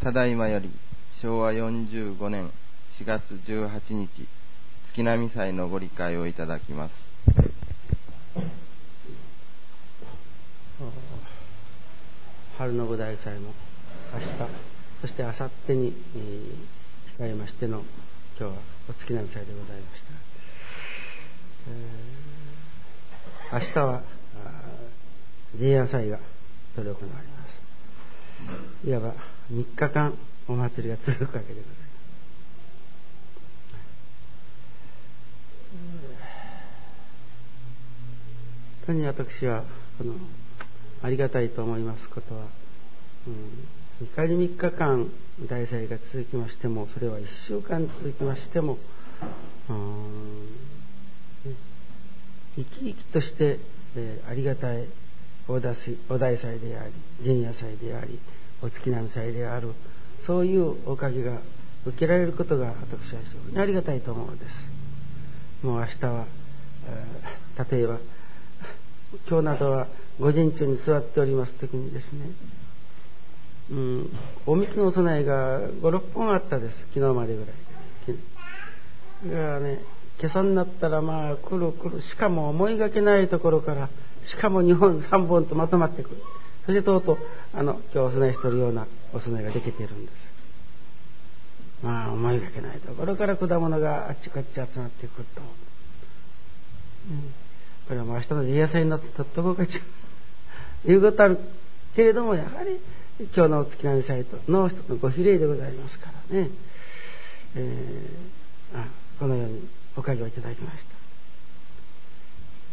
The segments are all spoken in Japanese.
ただいまより昭和45年4月18日月並祭のご理解をいただきます。 春の五大祭も明日そして明後日に控えましての今日はお月並祭でございました。明日は前夜祭が執り行われます。いわば3日間お祭りが続くわけでございます。本当に私はこのありがたいと思いますことは、2回3日間大祭が続きましても、それは1週間続きましても、生き生きとして、ありがたいお大祭であり、前夜祭であり、お月並祭である、そういうおかげが受けられることが私は非常にありがたいと思うのです。もう明日は、例えば今日などは午前中に座っておりますときにですね、おみきのお供えが5、6本あったです。昨日までぐらい。だからね、今朝になったら来る。しかも思いがけないところから、しかも2本3本とまとまってくる。そしてとうとう今日お供えしておるようなお供えができているんです。思いがけないところから果物があっちこっち集まってくると。これはもう明日の前夜祭になってとっとこうかちゃういうことあるけれども、やはり今日のお月並祭の一つのご比例でございますからね、このようにおかげをいただきました。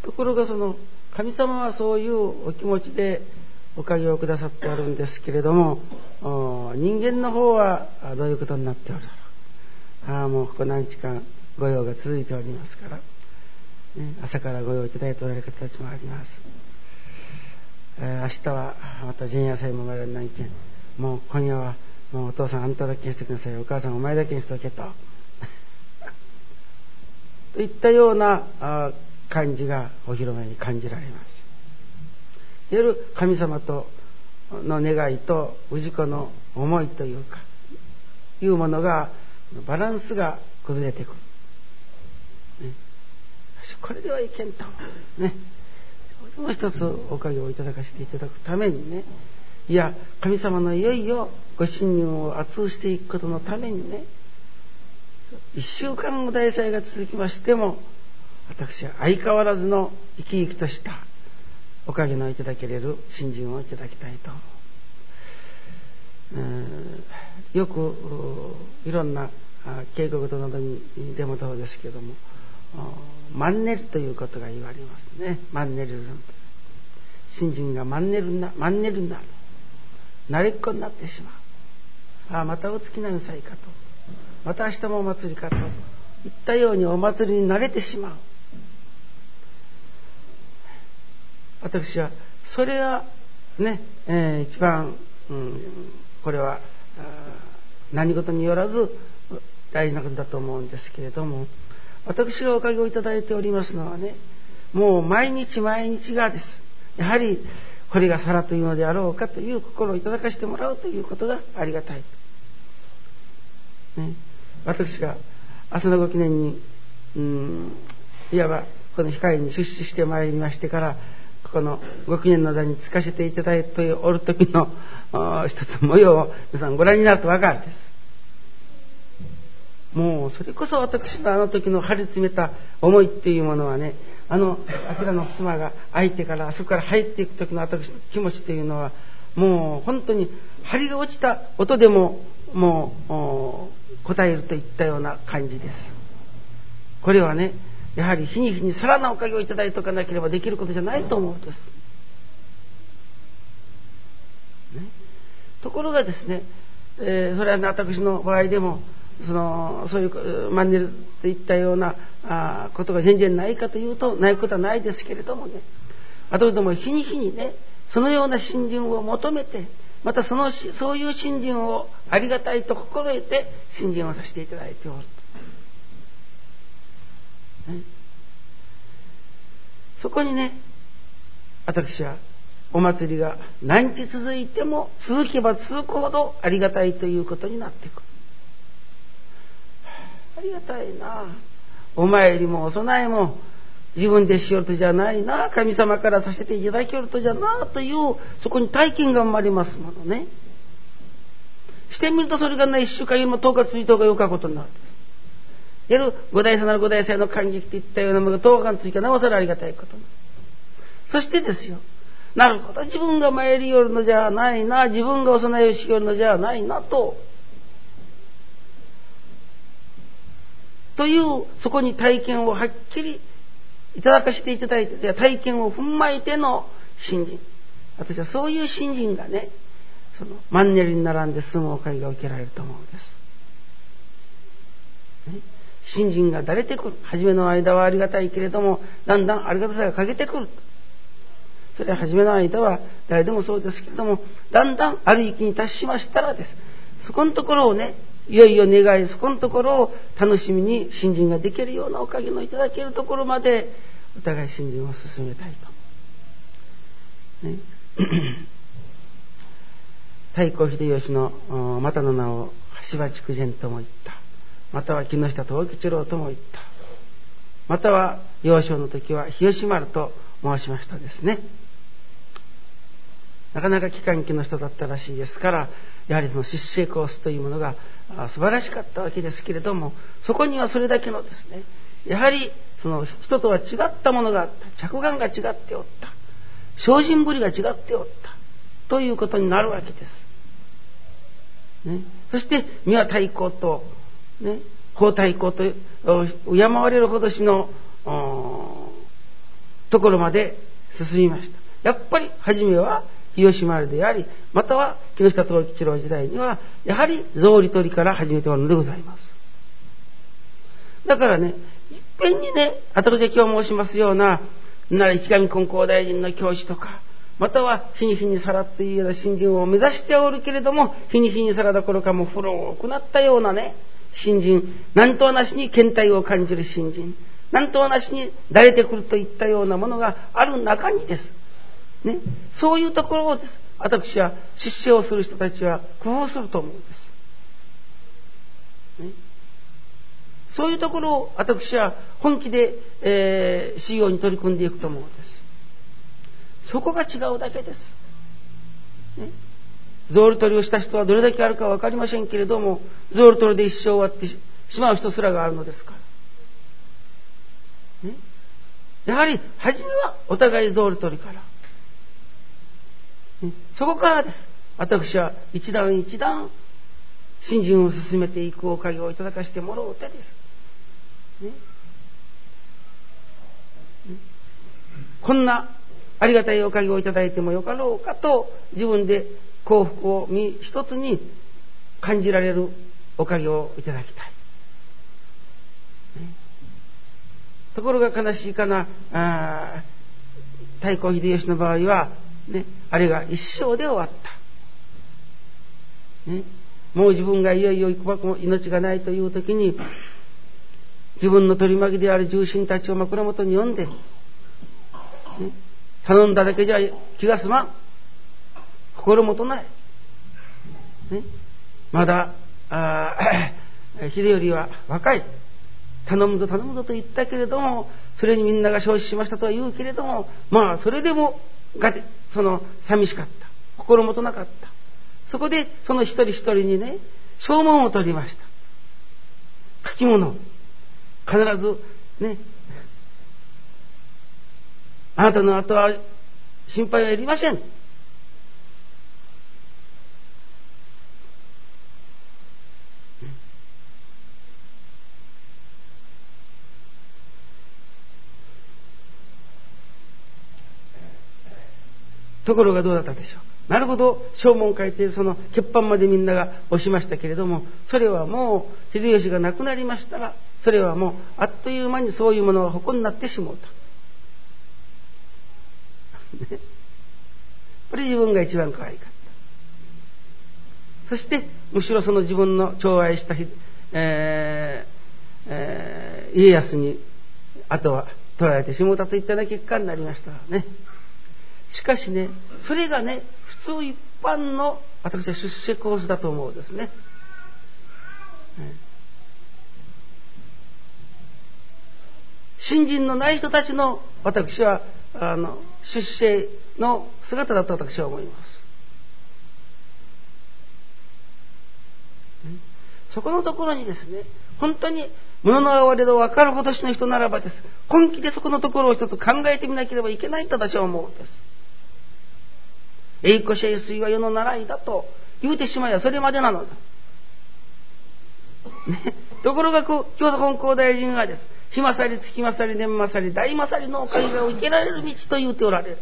ところがその神様はそういうお気持ちでおかげをくださっておるんですけれども、人間の方はどういうことになっておるだろう。もうここ何日間御用が続いておりますから、朝からご用いただいておられる方たちもあります。明日はまた前夜祭も参らないけん、もう今夜はもうお父さんあんただけにしてください、お母さんお前だけにしておけとといったような感じがお披露目に感じられます。いわゆる神様との願いと氏子の思いというかいうものがバランスが崩れてくる、これではいけんとね、もう一つおかげをいただかせていただくためにね、いや神様のいよいよご信任を厚うしていくことのためにね、1週間お大祭が続きましても、私は相変わらずの生き生きとしたおかげのいただけれる信心をいただきたいと思う。よくいろんな稽古事などにでもどうですけども、マンネルということが言われますね。マンネリズム。信心がマンネルになる。慣れっこになってしまう。またお月並祭かと、また明日もお祭りかといったようにお祭りに慣れてしまう。私はそれはね、一番、これは何事によらず大事なことだと思うんですけれども、私がおかげをいただいておりますのはね、もう毎日毎日がです。やはりこれが皿というのであろうかという心をいただかせてもらうということがありがたい。私が明日のご記念にいわばこの控えに出資してまいりましてから、このご記念の座につかせていただいておる時の一つ模様を皆さんご覧になると分かるです。もうそれこそ私のあの時の張り詰めた思いっていうものはね、あちらの襖が開いてからあそこから入っていく時の私の気持ちというのは、もう本当に針が落ちた音でももう答えるといったような感じです。これはね、やはり日に日にさらなおかげをいただいておかなければできることじゃないと思うんです、ところがですね、それは、ね、私の場合でもそういうマンネルといったようなことが全然ないかというとないことはないですけれどもね、後でも日に日にね、そのような信心を求めて、またそういう信心をありがたいと心得て信心をさせていただいておる、そこにね、私はお祭りが何日続いても続けば続くほどありがたいということになってくる。ありがたいな。お参りもお供えも自分でしよるとじゃないな、神様からさせていただきよるとじゃなという、そこに体験が生まれますものね。してみるとそれが1週間よりも10日続いた方がよかことになるんです。やる五大祭なる五大祭の感激といったようなものが10日間続いたらなおさらありがたいことになる。そしてですよ、なるほど、自分が参りよるのじゃないな、自分がお供えをしよるのじゃないなという、そこに体験をはっきりいただかせていただいて、体験を踏まえての信心、私はそういう信心がね、そのマンネリに並んで住むおかげが受けられると思うんです、ね、信心がだれてくる。初めの間はありがたいけれども、だんだんありがたさが欠けてくる。それは初めの間は誰でもそうですけれども、だんだんある域に達しましたらです、そこのところをね、いよいよ願い、そこのところを楽しみに信心ができるようなおかげのいただけるところまでお互い信心を進めたいと、ね、太閤秀吉のまたの名を橋場筑前とも言った。または木下藤吉郎とも言った。または幼少の時は日吉丸と申しましたですね。なかなか機関機の人だったらしいですから、やはりその失勢コースというものが素晴らしかったわけですけれども、そこにはそれだけのですね、やはりその人とは違ったものがあった。着眼が違っておった。精進ぶりが違っておったということになるわけです、ね、そして三輪太閤と、ね、法太閤と敬われるほどしのところまで進みました。やっぱり初めは日吉丸であり、または木下藤吉郎時代にはやはり草履取りから始めておるのでございます。だからね、いっぺんにね、私が今日申しますような池上金光大臣の教師とか、または日に日にさらというような信心を目指しておるけれども、日に日にさらどころかもう古くなったようなね信心、なんとはなしに倦怠を感じる信心、なんとはなしにだれてくるといったようなものがある中にですね、そういうところをです、私は失笑をする人たちは工夫すると思うんです、ね、そういうところを私は本気で、修行に取り組んでいくと思うんです。そこが違うだけです、ね、ゾール取りをした人はどれだけあるか分かりませんけれども、ゾール取りで一生終わってしまう人すらがあるのですから、ね、やはり初めはお互いゾール取りから、ね、そこからです、私は一段一段信心を進めていくおかげをいただかせてもらおうてです、ね、こんなありがたいおかげをいただいてもよかろうかと、自分で幸福を身一つに感じられるおかげをいただきたい、ね、ところが悲しいかな、太閤秀吉の場合は、ね、あれが一生で終わった、ね、もう自分がいよいよ命がないという時に、自分の取り巻きである重臣たちを枕元に呼んで、ね、頼んだだけじゃ気が済まん、心もとない、ね、まだ秀頼は若い、頼むぞ頼むぞと言ったけれども、それにみんなが承知しましたとは言うけれども、まあそれでもその寂しかった、心もとなかった。そこでその一人一人にね、証文を取りました。書き物を必ずね、あなたの後は心配はいりません、ところがどうだったでしょうか。なるほど、証文を書いてその欠板までみんなが押しましたけれども、それはもう秀吉が亡くなりましたら、それはもうあっという間にそういうものが矛になってしまうとこれ自分が一番可愛かった。そしてむしろその自分の寵愛した、家康にあとは取られてしまったといったような結果になりましたね。 しかしね、それがね、普通一般の私は出世コースだと思うんですね。信心のない人たちの私は出世の姿だと私は思います。そこのところにですね、本当に物の哀れ度分かるほどしの人ならばです、本気でそこのところを一つ考えてみなければいけないと私は思うんです。栄枯盛衰は世の習いだと言うてしまえばそれまでなのだ、ね、ところが教祖本校大臣がです、日勝り月勝り年勝り大勝りのおかげが受けられる道と言うておられる、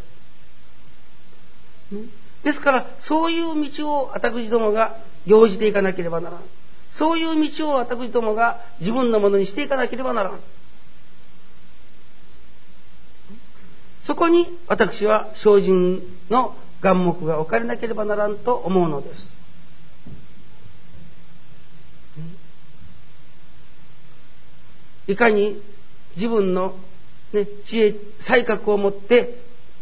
ですからそういう道を私どもが行じていかなければならん。そういう道を私どもが自分のものにしていかなければならん。そこに私は精進の眼目が置かれなければならんと思うのです。いかに自分の、知恵才覚を持って、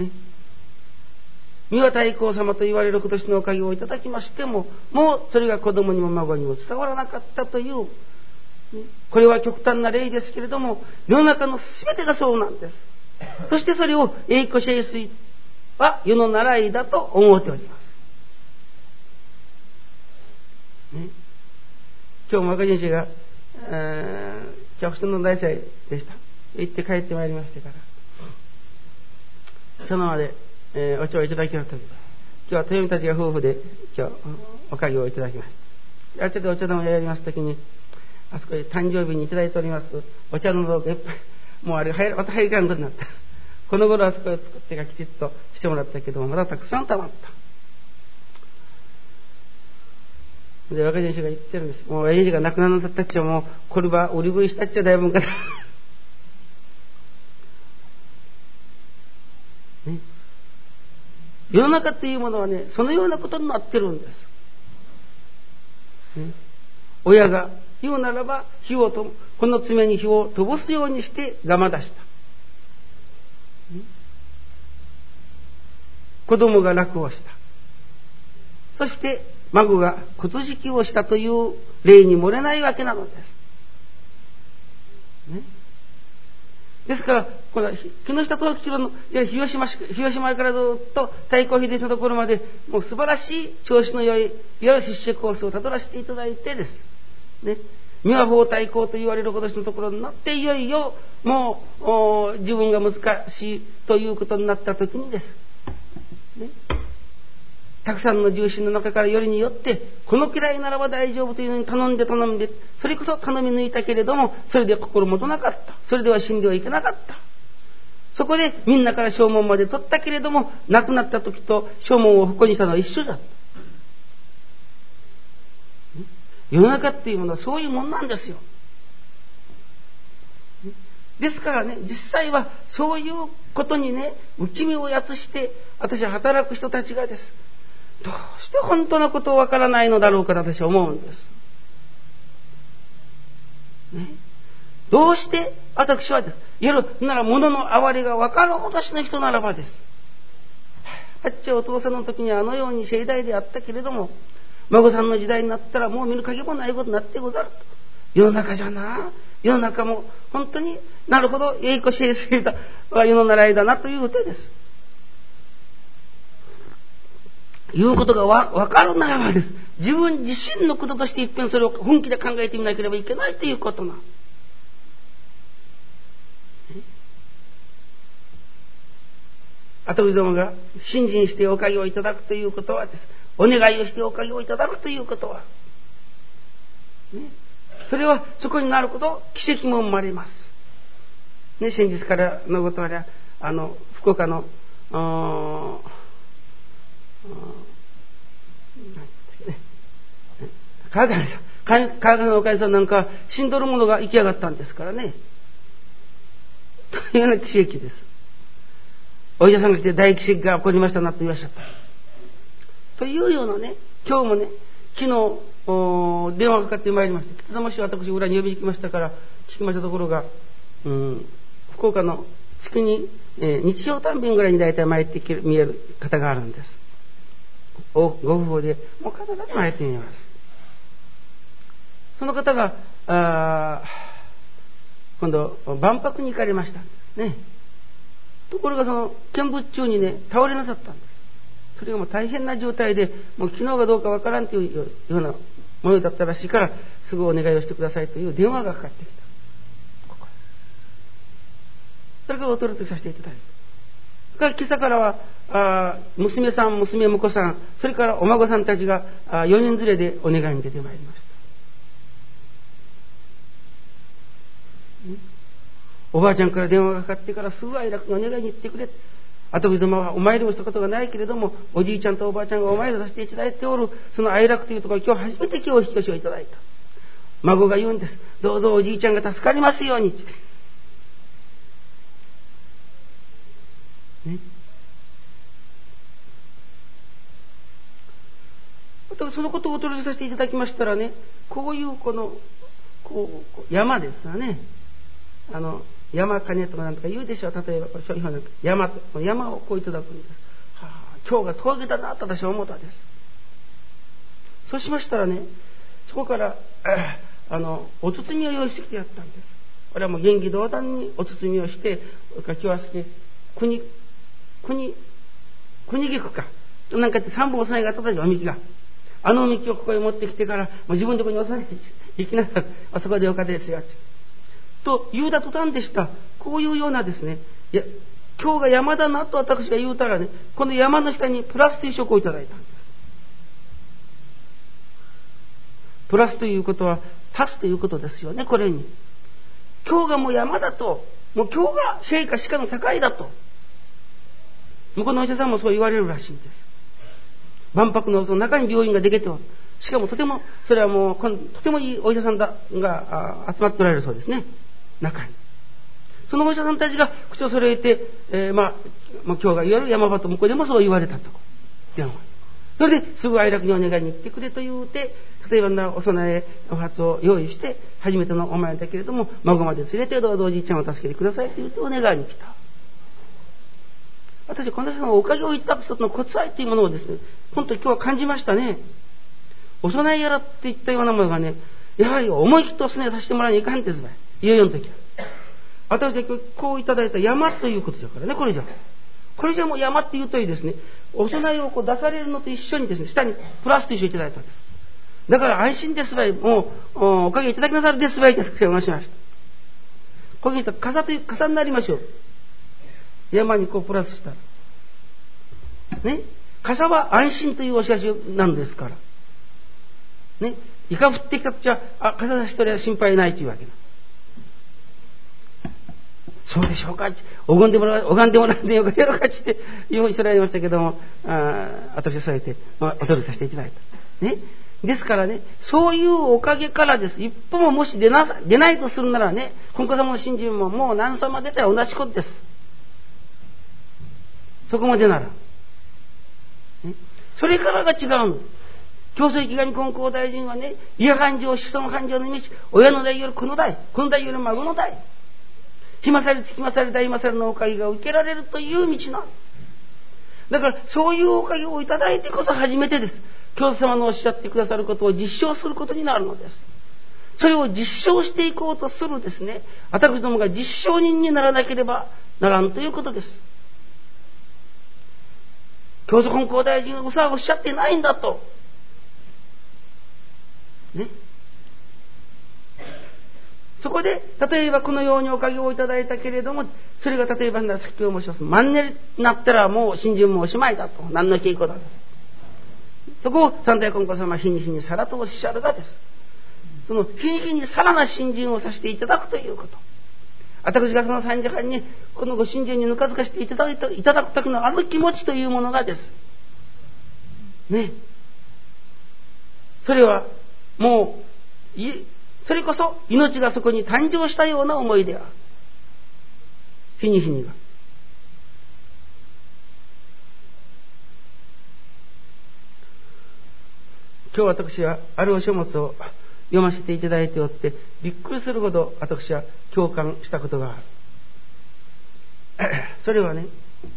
三輪太閤様と言われる今年のおかげをいただきましても、もうそれが子供にも孫にも伝わらなかったという、これは極端な例ですけれども、世の中の全てがそうなんです。そしてそれを栄枯盛衰は世の習いだと思っております。今日も若人衆が今日普通の大祭でした。行って帰ってまいりましてから、そのまで、お茶をいただきました。今日は豊美たちが夫婦で今日おかげをいただきました。あちらでお茶でもやりますときに、あそこで誕生日にいただいておりますお茶の道具いっぱい、もうあれまた入りかんことになった。この頃あそこを作ってがきちっとしてもらったけども、まだたくさん溜まった。で、若人衆が言ってるんです。もう若人衆が亡くなるのたっちはもうこれは売り食いしたっちゃだいぶんかな。世の中っていうものはね、そのようなことになってるんです。親が言うならばこの爪に火を飛ばすようにしてがま出した。子供が楽をした。そして孫がことじきをしたという例に漏れないわけなのです。ですから、この木下藤吉郎の広島からずっと太閤秀吉のところまで、もう素晴らしい調子の良い、いわゆる出世コースをたどらせていただいてです。三輪法太閤と言われる今年のところになって、いよいよもう自分が難しいということになった時にです。たくさんの重臣の中からよりによって、このくらいならば大丈夫というのに頼んで、それこそ頼み抜いたけれども、それで心もとなかった。それでは死んではいけなかった。そこでみんなから証文まで取ったけれども、亡くなった時と証文を不幸にしたのは一緒だった。世の中っていうものはそういうもんなんですよ。ですからね、実際はそういうことにね、受け身をやつして私は働く人たちがです、どうして本当のことをわからないのだろうかと私は思うんです、どうして私はです、いわゆるなら物の哀れがわかるほどしの人ならばです、あっちはお父さんの時にあのように盛大であったけれども、孫さんの時代になったらもう見る影もないことになってござると。世の中じゃな、世の中も本当になるほど栄枯盛衰だは世の習いだなという手です。いうことがわかるならばです、自分自身のこととして一遍それを本気で考えてみなければいけないということな。私どもが信心しておかげをいただくということはです、お願いをしておかげをいただくということは、それはそこになること奇跡も生まれます。先日からのことは福岡の川上さんのおかげさんなんか死んどる者が生き上がったんですからね。というような奇跡です。お医者さんが来て大奇跡が起こりましたなと言わっしゃったというようなね、今日もね、昨日電話がかかってまいりまして、北玉市を私裏に呼びに来ましたから聞きましたところが、福岡の月に、日曜単便ぐらいに大体参って見える方があるんです。ご夫婦でもう必ず参ってみます。その方が今度万博に行かれましたね。ところがその見物中にね倒れなさったんです。それがもう大変な状態で、もう昨日かどうかわからんというようなものだったらしいから、すぐお願いをしてくださいという電話がかかってきた。それからお取りさせていただいた。今朝からは娘さん、娘婿さん、それからお孫さんたちが4人連れでお願いに出てまいりました。おばあちゃんから電話がかかってから、すぐ愛楽にお願いに行ってくれ。私どもはお参りもしたことがないけれども、おじいちゃんとおばあちゃんがお参りさせていただいておるその愛楽というところ、今日初めて今日お引き越しをいただいた。孫が言うんです。どうぞおじいちゃんが助かりますようにって、ね、そのことをお取りさせていただきましたらね、こういう山ですわね。山金とかなんとか言うでしょう。例えばそういうふうな山をこういただくんです。今日が峠だなと私は思ったんです。そうしましたらね、そこからお包みを用意してきてやったんです。これはもう元気同断にお包みをして、今日は好き国菊かなんかって3本お供えがあったでしょ。おみきがおみきをここへ持ってきてから、もう自分のところにお供え行きながら、そこでよかですよと言うだ途端でした。こういうようなですね、いや今日が山だなと私が言うたらね、この山の下にプラスという職をいただいたんです。プラスということは足すということですよね。これに今日がもう山だと、もう今日が生か死かの境だと、向こうのお医者さんもそう言われるらしいんです。万博のその中に病院ができておる。しかもとてもそれはもうとてもいいお医者さんが集まっておられるそうですね。中にそのお医者さんたちが口を揃えて、今日がいわゆる山場と向こうでもそう言われたと電話。それですぐ愛楽にお願いに行ってくれと言うて、例えばなお供えお初を用意して初めてのお参りだけれども、孫まで連れてどうぞおじいちゃんを助けてくださいと言ってお願いに来た。私この人のおかげをいただく一つのコツ愛というものをですね、本当に今日は感じましたね。お供えやらっていったようなものがね、やはり思い切ってお供えさせてもらわないかんですばい。いよいよの時は私は今日こういただいた山ということだからね。これじゃもう山っていうといいですね、お供えを出されるのと一緒にですね、下にプラスと一緒にいただいたんです。だから安心ですばい、もうおかげいただきなさるですばいって私は申しました。こういう人は傘になりましょう。山にプラスしたらね、傘は安心というお知らせなんですからね。イカ降ってきた時は傘差しとりゃ心配ないというわけだ。そうでしょうか、拝んでもらってよかやろうかっていうふうにしてられましたけども、私はそうやってお取りさせていただいたね。ですからね、そういうおかげからです。一歩ももし出ないとするならね、本家様の信心ももう何様出たら同じことです。そこまでなら、ね、それからが違うの。教祖池上金光大臣はね、家繁盛子孫繁盛の道、親の代よりこの代より孫の代、日勝り月勝り大勝りのおかげが受けられるという道なの。だからそういうおかげをいただいてこそ初めてです。教祖様のおっしゃってくださることを実証することになるのです。それを実証していこうとするですね、私どもが実証人にならなければならんということです。教祖金光大臣がおっしゃってないんだとね。そこで例えばこのようにおかげをいただいたけれども、それが例えば先を申します、マンネリになったらもう信心もおしまいだと、何の稽古だと、そこを三代金光様は日に日にさらとおっしゃるがです。その日に日にさらな信心をさせていただくということ、私がその3時半にこのご信心にぬかずかしていただく時のある気持ちというものがですね、それはもうそれこそ命がそこに誕生したような思いである。日に日にが今日私はあるお書物を読ませていただいておって、びっくりするほど私は共感したことがある。 それはね、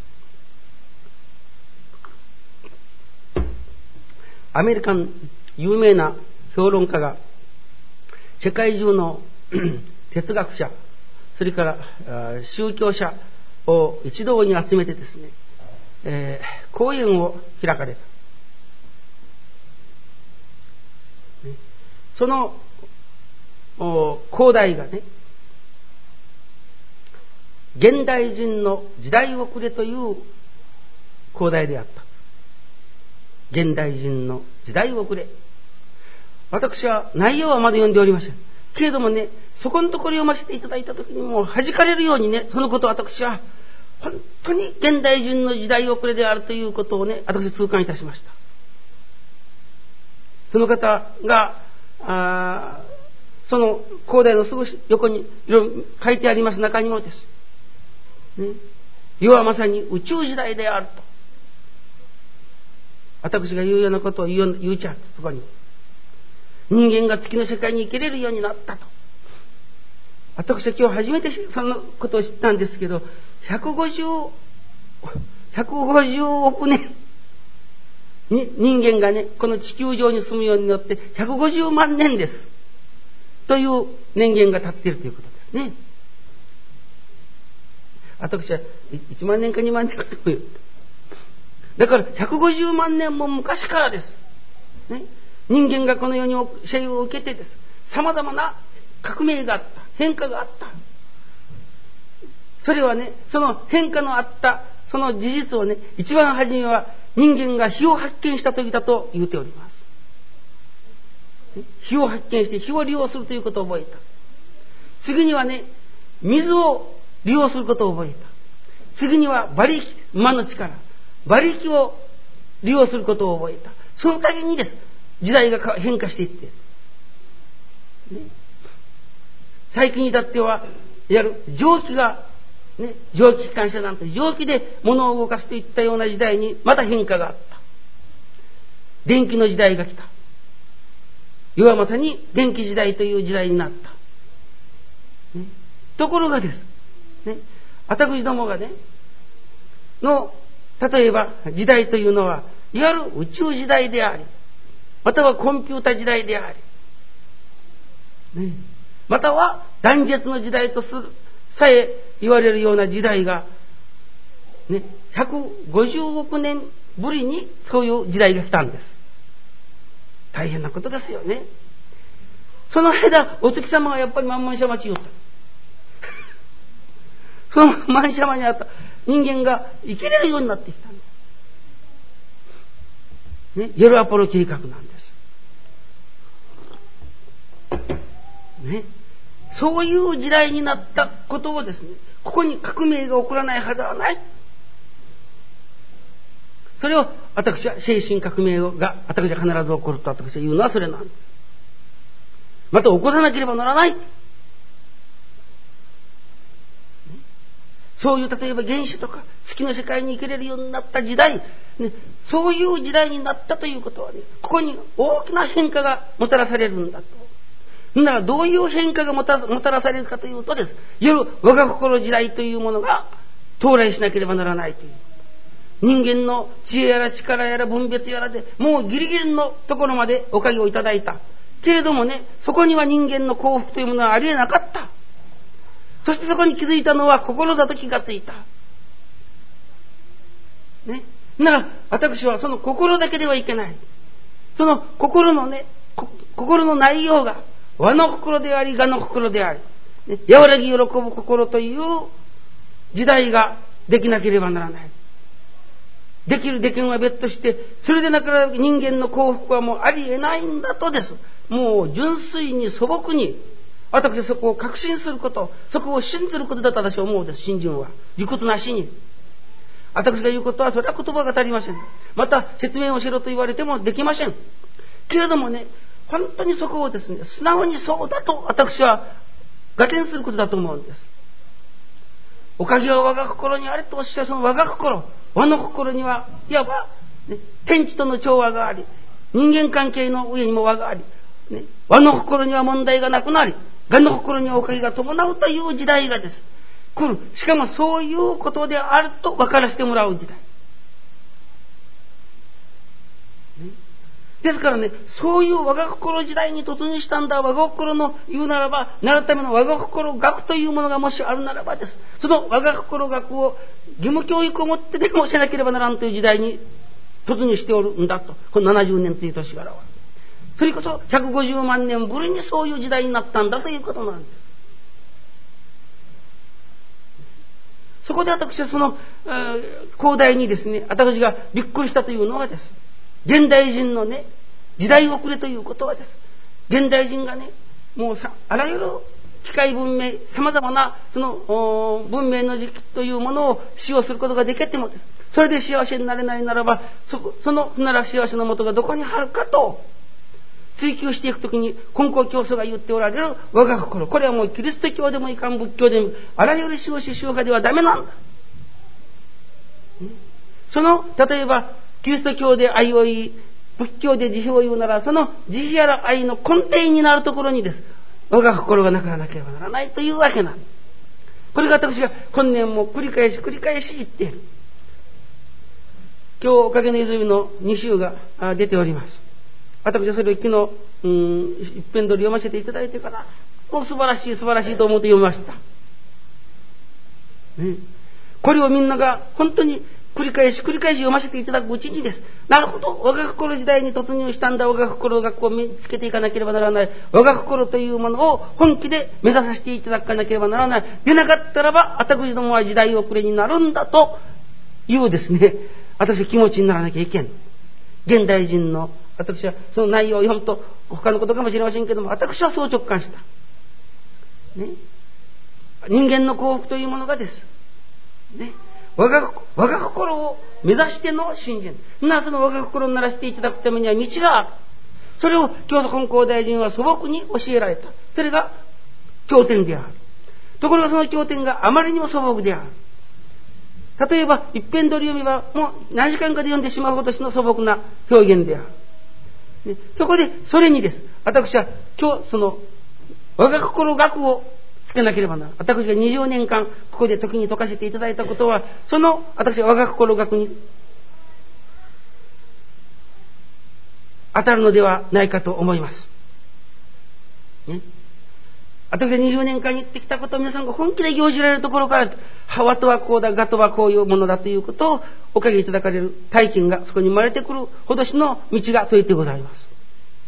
アメリカン有名な評論家が世界中の哲学者、それから宗教者を一堂に集めてですね、講演を開かれた。その講題がね、現代人の時代遅れという講題であった。現代人の時代遅れ。私は内容はまだ読んでおりません。けれどもね、そこのところ読ませていただいたときにもう弾かれるようにね、そのことを私は本当に現代人の時代遅れであるということをね、私痛感いたしました。その方がその講題のすぐ横にいろいろ書いてあります中にもです、ね、世はまさに宇宙時代であると私が言うようなことを言うちゃう。そこに人間が月の世界に生きれるようになったと。私は今日初めてそのことを知ったんですけど、150億年に人間がね、この地球上に住むようになって150万年ですという年限が経っているということですね。私は1万年か2万年かと言う。だから150万年も昔からです、ね、人間がこの世に生を受けてです、様々な革命があった、変化があった。それはね、その変化のあったその事実をね、一番初めは人間が火を発見した時だと言っております。火を発見して火を利用するということを覚えた。次にはね、水を利用することを覚えた。次には馬力、馬の力、馬力を利用することを覚えた。その度にです、時代が変化していって、ね、最近に至っては蒸気が、ね、蒸気機関車なんて蒸気で物を動かすといったような時代にまた変化があった。電気の時代が来た。世はまさに電気時代という時代になった、ね、ところがです、ね、私どもがねの例えば時代というのはいわゆる宇宙時代であり、またはコンピュータ時代であり、ね、または断絶の時代とするさえ言われるような時代が、ね、150億年ぶりにそういう時代が来たんです。大変なことですよね。その間お月様はやっぱり満々社町におった。その満々社町にあった人間が生きれるようになってきたんです、ね、夜アポロ計画なんです、ね、そういう時代になったことをですね、ここに革命が起こらないはずはない。それを私は精神革命が私は必ず起こると私は言うのはそれなんです。また起こさなければならない。そういう例えば原子とか月の世界に生きれるようになった時代、ね、そういう時代になったということはね、ここに大きな変化がもたらされるんだと。ならどういう変化がもたらされるかというとです、夜我が心時代というものが到来しなければならないという。人間の知恵やら力やら分別やらでもうギリギリのところまでおかげをいただいたけれどもね、そこには人間の幸福というものはありえなかった。そしてそこに気づいたのは心だと気がついた、ね、なら私はその心だけではいけない。その心のね、心の内容が和の心であり我の心であり、ね、和らぎ喜ぶ心という時代ができなければならない。できるできんは別として、それでなければ人間の幸福はもうありえないんだとです。もう純粋に素朴に私はそこを確信すること、そこを信じることだと私は思うです。信心は理屈なしに。私が言うことはそれは言葉が足りません。また説明をしろと言われてもできませんけれどもね、本当にそこをですね、素直にそうだと私は合点することだと思うんです。おかげは我が心にあれとおっしゃるその我が心、和の心にはいわば、ね、天地との調和があり、人間関係の上にも和があり、ね、和の心には問題がなくなり、我の心にはおかげが伴うという時代がです。 来る。しかもそういうことであると分からせてもらう時代。ですからね、そういう我が心時代に突入したんだ、我が心の言うならば、なるための我が心学というものがもしあるならばです。その我が心学を義務教育をもってでもしなければならんという時代に突入しておるんだと。この70年という年柄は。それこそ150万年ぶりにそういう時代になったんだということなんです。そこで私はその広大にですね、私がびっくりしたというのはです。現代人のね、時代遅れということはです。現代人がね、もうあらゆる機械文明、様々なその文明の時期というものを使用することができてもです。それで幸せになれないならば、そのなら幸せのもとがどこにあるかと追求していくときに、根高教祖が言っておられる我が心。これはもうキリスト教でもいかん、仏教でも、あらゆる宗派ではダメなんだ。その、例えば、キリスト教で愛を言い、仏教で慈悲を言うなら、その慈悲やら愛の根底になるところにです。我が心がなからなければならないというわけなんです。これが私が今年も繰り返し言っている。今日おかげの泉の2週が出ております。私はそれを昨日一遍通り読ませていただいてから、もう素晴らしいと思って読みました。これをみんなが本当に繰り返し読ませていただくうちにです。なるほど、我が心時代に突入したんだ、我が心学を見つけていかなければならない。我が心というものを本気で目指させていただかなければならない。でなかったらば、私どもは時代遅れになるんだというですね、私は気持ちにならなきゃいけん。現代人の私はその内容を読むと他のことかもしれませんけども、私はそう直感した。ね、人間の幸福というものがです。ね、我が心を目指しての信心。ならその我が心を鳴らしていただくためには道がある。それを教祖金光大臣は素朴に教えられた。それが経典である。ところがその経典があまりにも素朴である。例えば一遍通り読めばもう何時間かで読んでしまうほどしの素朴な表現である。そこでそれにです。私は今日その我が心学をつけなければならない。私が20年間ここで時に説かせていただいたことは、その私は我が心学に当たるのではないかと思います。私が20年間言ってきたことを皆さんが本気で行じられるところから、和とはこうだ、我とはこういうものだということをおかげいただかれる体験がそこに生まれてくるほどしの道が説いてございます。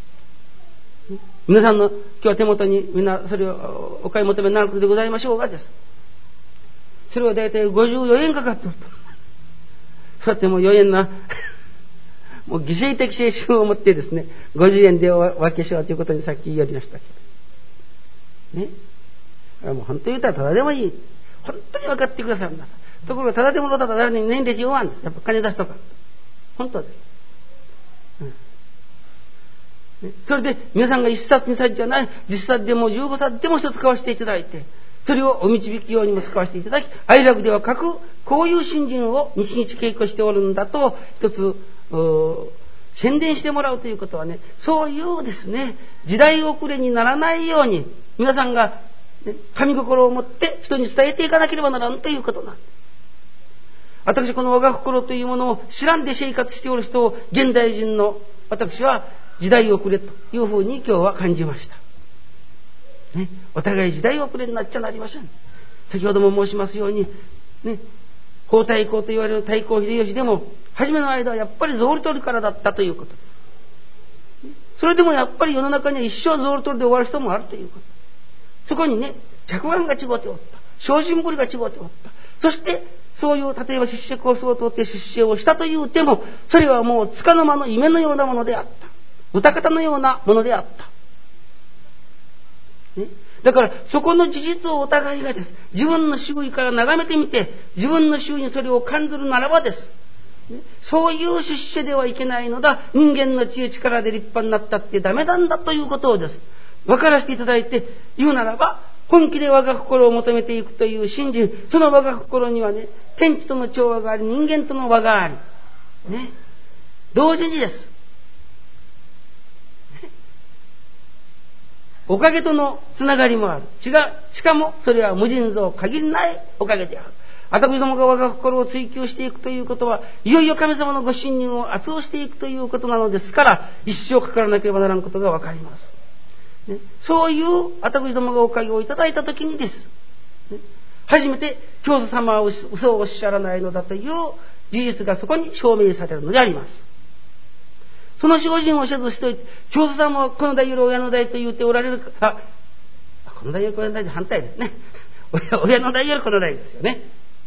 皆さんの今日は手元にみんなそれをお買い求めになることでございましょうがです。それはだいたい54円かかっていると。そうやってもう4円なもう犠牲的精神を持ってですね、50円でお分けしようということにさっき言いやりましたけどね。もう本当に言ったらただでもいい。本当に分かってくださるんだ。ところがただでもろだと誰に年齢しようがんです。やっぱ金出すとか本当です。それで皆さんが1冊2冊じゃない10冊でも15冊でも一つ買わせていただいて、それをお導き用にも使わせていただき、愛楽ではこういう信心を日々稽古しておるんだと一つ宣伝してもらうということはね、そういうですね時代遅れにならないように皆さんが、ね、神心を持って人に伝えていかなければならんということなんです。私この我が心というものを知らんで生活しておる人を現代人の私は時代遅れというふうに今日は感じました、ね、お互い時代遅れになっちゃなりません。先ほども申しますように、ね、皇太后と言われる太閤秀吉でも初めの間はやっぱり草履取りからだったということです。それでもやっぱり世の中には一生草履取りで終わる人もあるということ。そこにね着眼が違っておった、精進ぶりが違っておった。そしてそういう例えば出世コースを通って出世をしたというても、それはもう束の間の夢のようなものであった、歌方のようなものであった、ね、だからそこの事実をお互いがです自分の周囲から眺めてみて、自分の周囲にそれを感じるならばです、ね、そういう出世ではいけないのだ、人間の知恵力で立派になったってダメなんだということをです分からせていただいて言うならば、本気で我が心を求めていくという信心、その我が心にはね天地との調和があり、人間との和があり、ね、同時にです、 おかげとのつながりもある。しかもそれは無尽蔵限りないおかげである。私どもが我が心を追求していくということは、いよいよ神様のご信任を厚をしていくということなのですから、一生かからなければならんことがわかります。ね、そういう私どもがおかげをいただいたときにです。ね、初めて教祖様は嘘をおっしゃらないのだという事実がそこに証明されるのであります。その精進をせずしておいて、教祖様はこの代より親の代と言っておられるか、この代より親の代で反対ですね。親の代よりこの代ですよね。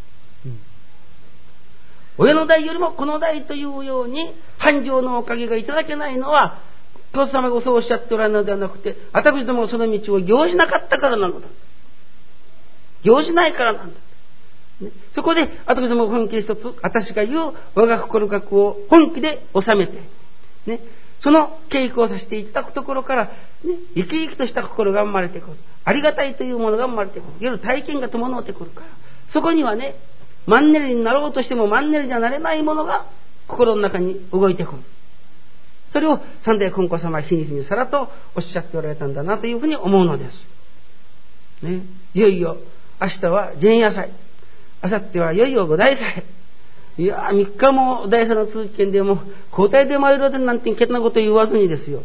親の代よりもこの代というように繁盛のおかげがいただけないのは、教祖様がそうおっしゃっておられるのではなくて、私どもがその道を行じなかったからなのだ。行じないからなんだ。ね、そこで私どもが本気で一つ、私が言う我が心覚を本気で収めて、ね、その稽古をさせていただくところから、ね、生き生きとした心が生まれてくる。ありがたいというものが生まれてくる。いわゆる体験が伴ってくるから。そこにはね、マンネリになろうとしてもマンネリじゃなれないものが心の中に動いてくる。それを三代金光様は日に日にさらとおっしゃっておられたんだなというふうに思うのです。ね、いよいよ明日は前夜祭。明後日はいよいよ五大祭。いやー、3日も大祭の通勤でも交代で参るでなんてけなこと言わずにですよ。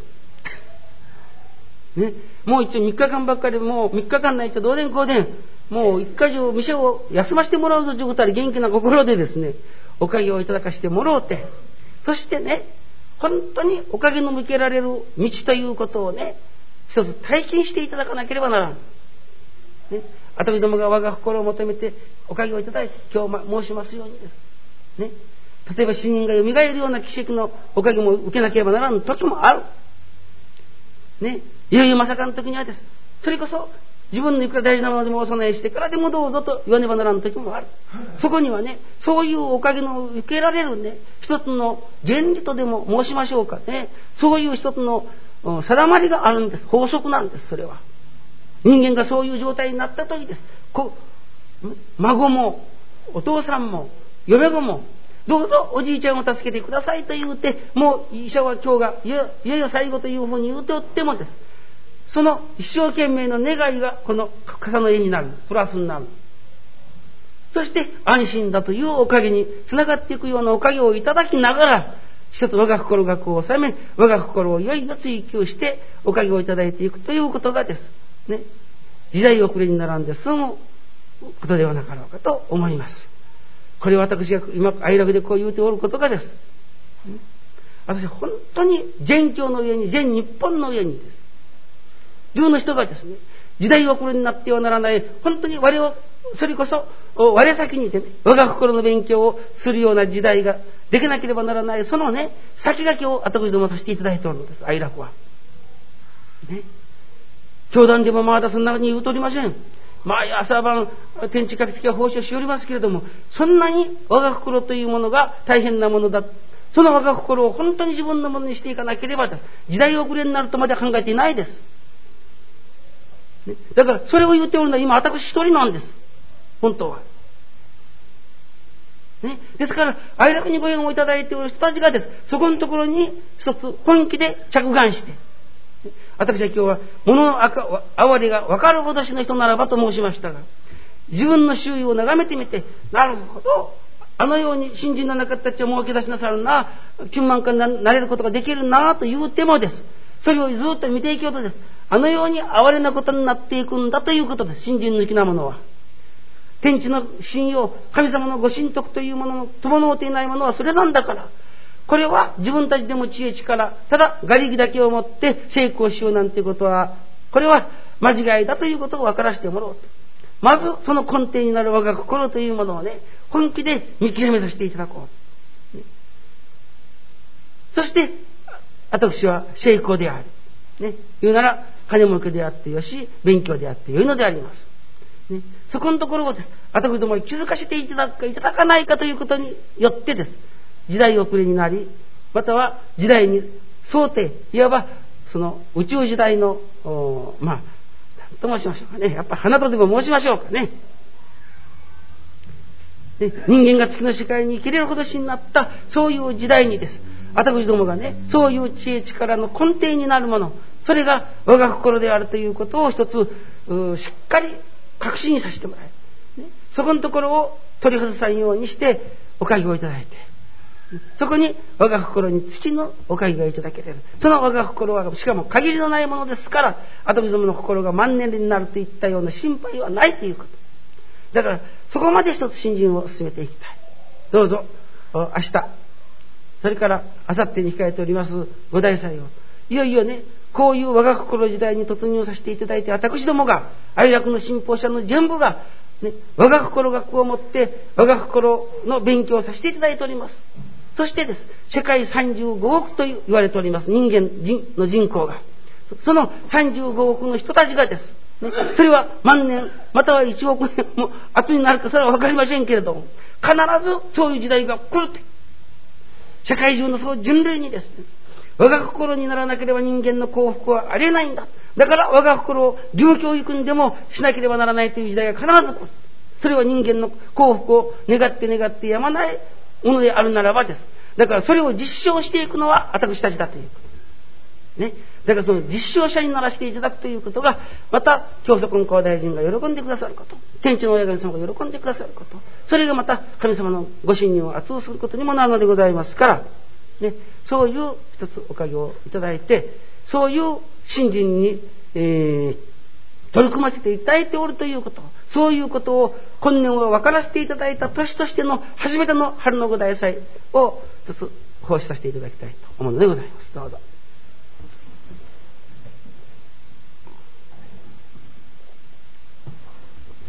ね、もう一応3日間ばっかり、もう3日間ないとどうでんこうでん。もう一回中店を休ませてもらうぞということは元気な心でですね、おかげをいただかしてもろうて、そしてね、本当におかげの向けられる道ということをね、一つ体験していただかなければならん。ね、私どもが我が心を求めておかげをいただいて、今日申しますようにです。ね、例えば死人が蘇るような奇跡のおかげも受けなければならん時もある。ね、いよいよまさかの時にはです。それこそ自分のいくら大事なものでもお供えしてからでもどうぞと言わねばならん時もある。そこにはね、そういうおかげの受けられるね、一つの原理とでも申しましょうかね、そういう一つの定まりがあるんです。法則なんです。それは人間がそういう状態になった時です。孫もお父さんも嫁子もどうぞおじいちゃんを助けてくださいと言うて、もう医者は今日がいよいよ最後というふうに言うておってもです、その一生懸命の願いがこの傘の絵になる、プラスになる。そして安心だというおかげにつながっていくようなおかげをいただきながら、一つ我が心学を収め、我が心をいよいよ追求しておかげをいただいていくということがですね、時代遅れに並んで済むことではなかろうかと思います。これは私が今愛楽でこう言うておることがです。私本当に全教の上に、全日本の上にです。龍の人がですね、時代遅れになってはならない、本当にそれこそ我先にいてね、我が心の勉強をするような時代ができなければならない、そのね、先駆けを後どもさせていただいておるのです、愛楽は。ね。教団でもまだそんなに言うとおりません。毎朝晩天地書き付けは奉仕をしておりますけれども、そんなに我が心というものが大変なものだ。その我が心を本当に自分のものにしていかなければ、時代遅れになるとまでは考えていないです。ね、だからそれを言っておるのは今私一人なんです。本当は。ね、ですから愛楽にご縁をいただいておる人たちがです、そこのところに一つ本気で着眼して、私は今日は物の哀れが分かるほどしの人ならばと申しましたが、自分の周囲を眺めてみて、なるほど、あのように信心の中たちを設け出しなさるな、9万回になれることができるなと言うてもです、それをずっと見ていきようとです、あのように哀れなことになっていくんだということです。信心抜きなものは、天地の信用、神様のご神徳というものの伴っていないものはそれなんだから、これは自分たちでも知恵力、ただ我力だけを持って成功しようなんていうことは、これは間違いだということを分からせてもらおうと。まずその根底になる我が心というものをね、本気で見極めさせていただこう。そして私は成功である、ね、言うなら金儲けであってよし、勉強であってよいのであります、ね、そこのところをです、私どもに気づかせていただくかいただかないかということによってです、時代遅れになり、または時代に沿っていわばその宇宙時代の何と申しましょうかね、やっぱ花とでも申しましょうかね。で、人間が月の世界に生きれるほどしになったそういう時代にです、 私どもがね、そういう知恵力の根底になるもの、それが我が心であるということを一つしっかり確信させてもらえ、ね、そこのところを取り外さんようにしておかげをいただいて、そこに我が心に月のおかげがいただけれる。その我が心はしかも限りのないものですから、私どもの心が万年になるといったような心配はないということ。だからそこまで一つ信心を進めていきたい。どうぞ明日、それから明後日に控えております五大祭を、いよいよね、こういう我が心時代に突入させていただいて、私どもが愛楽の信奉者の全部が、ね、我が心学を持って我が心の勉強をさせていただいております。そしてです、世界35億と言われております人間の人口が、その35億の人たちがです、ね、それは万年または1億年も後になるかそれは分かりませんけれども、必ずそういう時代が来ると、世界中のそう人類にですね、我が心にならなければ人間の幸福はありえないんだ、だから我が心を義務教育にでもしなければならないという時代が必ず来る。それは人間の幸福を願ってやまないものであるならばです。だからそれを実証していくのは私たちだということね。だからその実証者にならせていただくということが、また教祖根高大臣が喜んでくださること、天地の親神様が喜んでくださること、それがまた神様のご信任を厚くすることにもなるのでございますから、ね、そういう一つおかげをいただいて、そういう信心に、取り組ませていただいておるということ、そういうことを今年は分からせていただいた年としての初めての春の五大祭を一つ奉仕させていただきたいと思うのでございます。どうぞ。